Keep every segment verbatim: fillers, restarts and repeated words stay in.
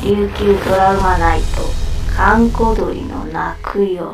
琉球ドラマナイト閑古鳥の泣く夜。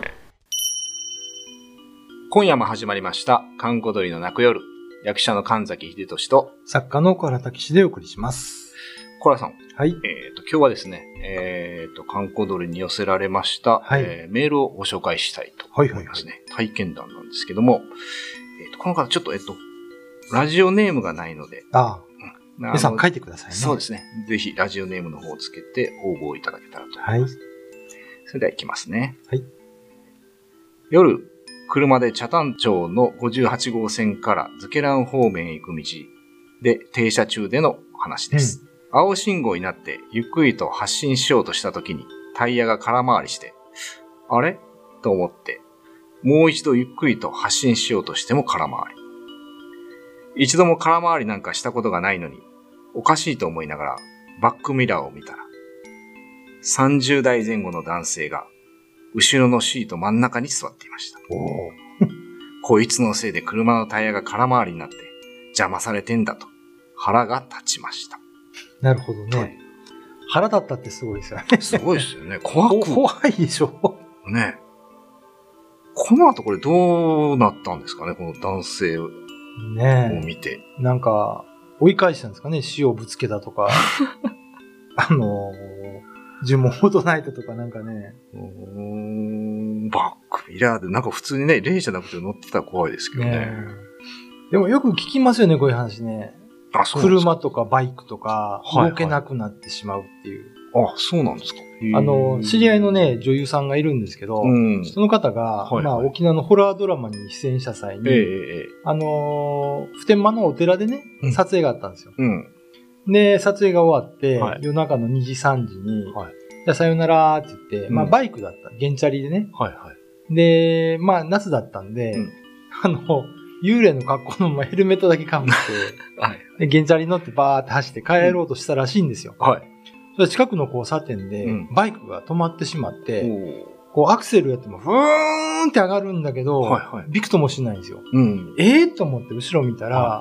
今夜も始まりました閑古鳥の泣く夜。役者の神崎秀俊と作家の小原武史でお送りします。 小原さん、 はい。 えっ、と今日はですね、えっ、と閑古鳥に寄せられました、 はいえー、メールをご紹介したいと思いますね。はいはいはい、体験談なんですけども、えっ、とこの方ちょっとえっ、とラジオネームがないので、 ああ、 うん、 皆さん書いてくださいね。 そうですね。ぜひラジオネームの方をつけて応募いただけたらと思います。はい。それでは行きますね。 はい。 夜、車で北谷町のごじゅうはちごうせんからズケラン方面へ行く道で停車中での話です。うん、青信号になってゆっくりと発進しようとした時にタイヤが空回りして、あれと思って、もう一度ゆっくりと発進しようとしても空回り。一度も空回りなんかしたことがないのに、おかしいと思いながらバックミラーを見たら、さんじゅうだいぜん後の男性が後ろのシート真ん中に座っていました。おこいつのせいで車のタイヤが空回りになって邪魔されてんだと腹が立ちました。 なるほどね。腹立ったってすごいですよね。 すごいですよね。怖く。 怖いでしょ。 ね。この後これどうなったんですかね、この男性を見て。 ねえ。なんか、追い返したんですかね、死をぶつけたとか。あのー、呪文を唱えたとかなんかね。 うーん、バックミラーでなんか普通にね、霊じゃなくて乗ってたら怖いですけどね。ねでもよく聞きますよね、こういう話ね。あ、そうなんですか。車とかバイクとか動けなくなってしまうっていう。 はいはい、あ、そうなんですか。 あの、知り合いのね、女優さんがいるんですけど、うん、その方が、はいはい、まあ、沖縄のホラードラマに出演した際に、えー、あのー、普天間のお寺でね、うん、撮影があったんですよ。うん、で、撮影が終わって、はい、夜中のにじ、さんじに、はい、じゃあさよならって言って、うん、まあ、バイクだった。原チャリでね。はいはい、で、まあ、夏だったんで、うん、あの、幽霊の格好のままヘルメットだけかぶって、はい、で、原チャリ乗ってバーって走って帰ろうとしたらしいんですよ。うん、はい。それ近くの交差点で、バイクが止まってしまって、うん、こうアクセルやっても、ふーんって上がるんだけど、はいはい、ビクともしないんですよ。うん、えーと思って後ろ見たら、はい、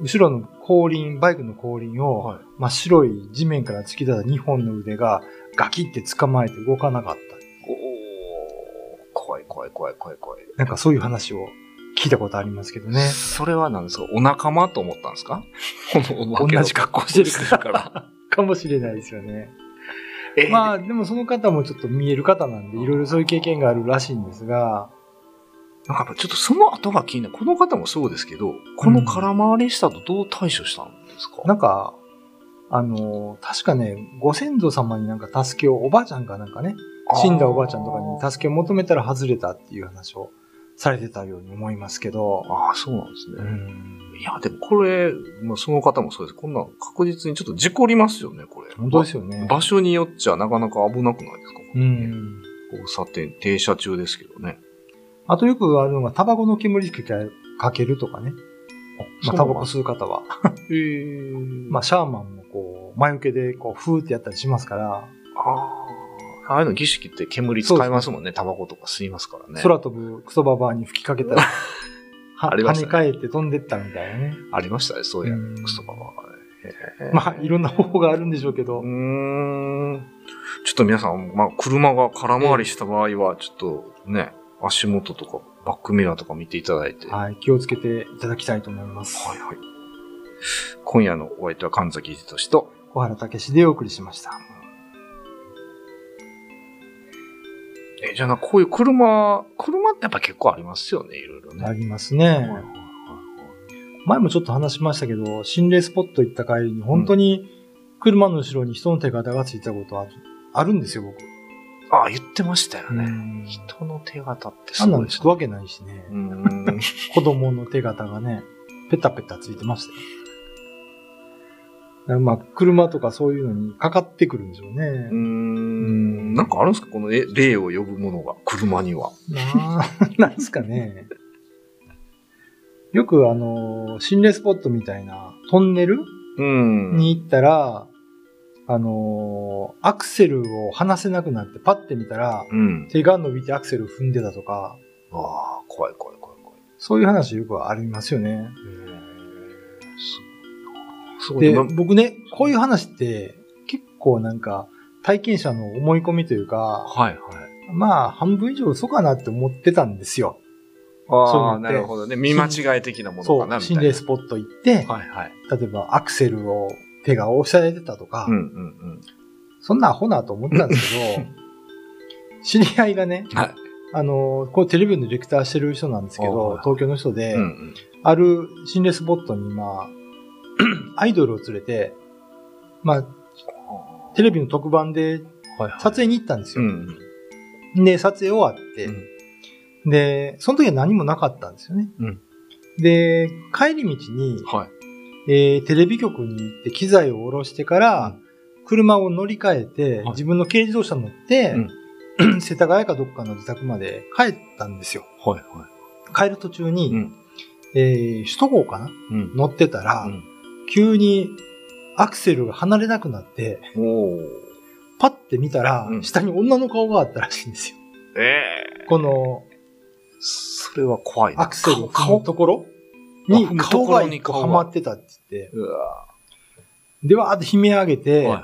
後ろの後輪、バイクの後輪を、はい、真っ白い地面から突き出たにほんの腕がガキって捕まえて動かなかった。おー、 怖い怖い怖い怖い怖い。 なんかそういう話を聞いたことありますけどね。 それは何ですか？お仲間と思ったんですか？ 同じ格好してるから。かもしれないですよね。えー、まあ、でもその方もちょっと見える方なんで、いろいろそういう経験があるらしいんですが。 なんかちょっとその後が気になる。この方もそうですけど、この空回りしたとどう対処したんですか？ うん、なんか、あの、確かね、ご先祖様になんか助けを、おばあちゃんかなんかね、死んだおばあちゃんとかに助けを求めたら外れたっていう話をされてたように思いますけど。 ああ、そうなんですね。うんいや、でもこれ、まあ、その方もそうです。こんなの確実にちょっと事故りますよね、これ。 本当ですよね。 場所によっちゃなかなか危なくないですか？うん。交差点、停車中ですけどね。 あとよくあるのが、タバコの煙かけるとかね。まあ、タバコ吸う方は。へー。まあ、シャーマンもこう、魔除けでこう、ふーってやったりしますから。ああ。ああいうの儀式って煙使いますもんね。タバコとか吸いますからね。 空飛ぶクソババアに吹きかけたら。は跳ね返って飛んでったみたいなね。 ありましたね、そういう。クソババア。まあ、いろんな方法があるんでしょうけど。うーん。ちょっと皆さん、まあ、車が空回りした場合は、ちょっとね、足元とかバックミラーとか見ていただいて。 はい、気をつけていただきたいと思います。 はいはい。今夜のお相手は神崎秀俊と小原武史でお送りしました。 え、じゃあな、こういう車、車ってやっぱ結構ありますよね、いろいろね。 ありますね。前もちょっと話しましたけど、心霊スポット行った帰りに、本当に車の後ろに人の手形がついたことはあるんですよ、僕。 ああ、言ってましたよね。人の手形ってすごいですね。あんなのつくわけないしね。うん子供の手形がね、ペタペタついてましたよ。まあ、車とかそういうのにかかってくるんでしょうね。うーん。なんかあるんですかこの霊を呼ぶものが、車には。 ななんですかね。よくあの、心霊スポットみたいなトンネルに行ったら、あの、アクセルを離せなくなってパッて見たら、うん、手が伸びてアクセル踏んでたとか。 ああ、怖い怖い怖い怖い。 そういう話よくありますよね。で、僕ね、こういう話って結構なんか体験者の思い込みというか、 はいはい。 まあ、半分以上嘘かなって思ってたんですよ。 ああ、なるほどね。見間違い的なものかなみたいな。 そう、心霊スポット行って、 はいはい。 例えばアクセルを手が押されてたとか、うんうんうん、そんなアホなと思ったんですけど、知り合いがね、はい、あの、こうテレビのディレクターしてる人なんですけど、東京の人で、うんうん、ある心霊スポットに、まあ、アイドルを連れて、まあ、テレビの特番で撮影に行ったんですよ。はいはいうん、で、撮影終わって、うん、で、その時は何もなかったんですよね。うん、で、帰り道に、はいえー、テレビ局に行って機材を下ろしてから、うん、車を乗り換えて、はい、自分の軽自動車乗って、うん、世田谷かどっかの自宅まで帰ったんですよ。はいはい、帰る途中に、うんえー、首都高かな、うん、乗ってたら、うん、急にアクセルが離れなくなって、パッて見たら、うん、下に女の顔があったらしいんですよ。えー、この、 それは怖いな。 アクセルのところに顔が一個はまってたって言って、うわで、わーって悲鳴上げて、はい、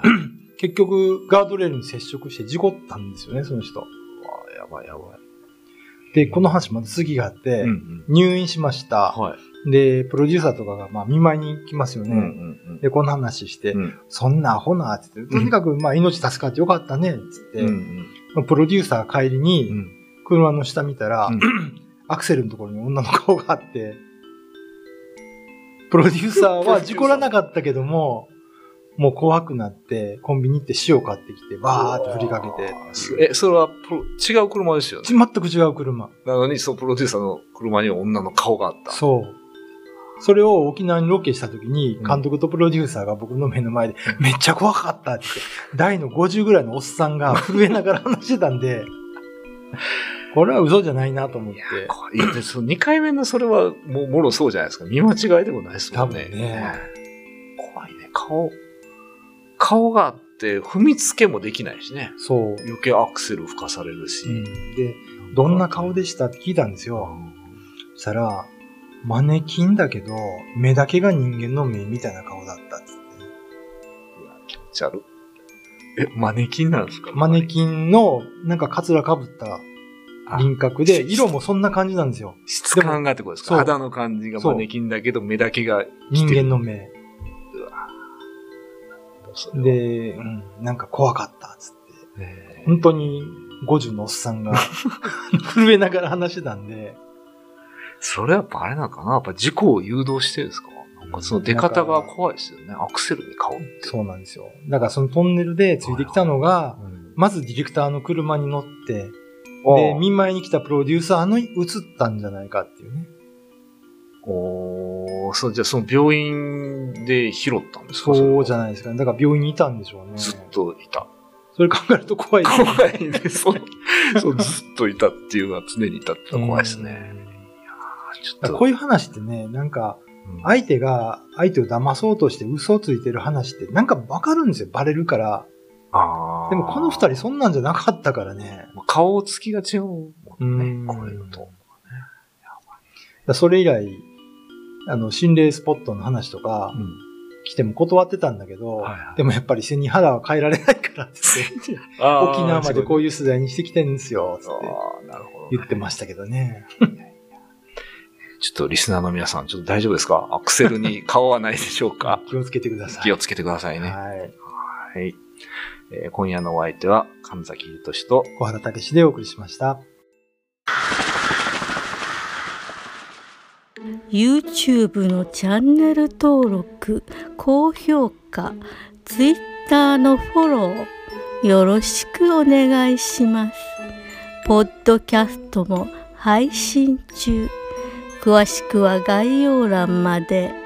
結局ガードレールに接触して事故ったんですよね、その人。うわやばいやばい。 で、この話また次があって、うんうん、入院しました。はい、で、プロデューサーとかがまあ見舞いに来ますよね。うんうんうん、で、こんな話して、うん、そんなアホなって言って、とにかくまあ命助かってよかったねって言って、うんうん、プロデューサー帰りに、車の下見たら、うん、アクセルのところに女の顔があって、プロデューサーは事故らなかったけども、もう怖くなって、コンビニ行って塩買ってきて、バーって振りかけて。 え、それは違う車ですよね。 全く違う車。 なのに、そう、プロデューサーの車には女の顔があった。 そう。それを沖縄にロケした時に、監督とプロデューサーが僕の目の前で、うん、めっちゃ怖かったって言って、大のごじゅうぐらいのおっさんが震えながら話してたんで、これは嘘じゃないなと思って。 いや、いやそのにかいめのそれはもうもろそうじゃないですか。見間違いでもないですもんね。多分ね。怖いね。顔。顔があって踏みつけもできないしね。そう。余計アクセル吹かされるし。うん、 で、どんな顔でしたって聞いたんですよ。うん、そしたら、マネキンだけど、目だけが人間の目みたいな顔だったっつって。 うわ、気持ち悪い。え、マネキンなんですか？ マネキンの、なんかカツラ被った輪郭で、色もそんな感じなんですよ。 質感がってことですか？肌の感じがマネキンだけど、目だけが人間の目。で、うん、なんか怖かったっつって。本当にごじゅうのおっさんが震えながら話してたんで。 それはやっぱあれなのかなやっぱ事故を誘導してるんですか？なんかその出方が怖いですよね。アクセルに顔って。 そうなんですよ。だからそのトンネルでついてきたのが、うん、まずディレクターの車に乗って、で、見舞いに来たプロデューサーのに移ったんじゃないかっていうね。 おー、そう、じゃあその病院で拾ったんですか？ そうじゃないですかね。だから病院にいたんでしょうね。 ずっといた。 それ考えると怖いですね。怖いね。そう。そう、ずっといたっていうのは常にいたって怖いですね。いやちょっとこういう話ってね、なんか、相手が相手を騙そうとして嘘をついてる話ってなんかわかるんですよ。バレるから。あでもこの二人そんなんじゃなかったからね。 顔つきが違うもんね。こういうのと。 それ以来、あの、心霊スポットの話とか、うん、来ても断ってたんだけど、はいはい、でもやっぱり背に腹は変えられないからって、沖縄までこういう取材にしてきてるんですよ、つって言ってましたけどね。 ちょっとリスナーの皆さん、ちょっと大丈夫ですか？アクセルに顔はないでしょうか？ 気をつけてください。 気をつけてくださいね。はい。はい、えー、今夜のお相手は、神崎秀俊と小原武史でお送りしました。 YouTube のチャンネル登録、高評価、Twitter のフォロー、よろしくお願いします。ポッドキャストも配信中。詳しくは概要欄まで。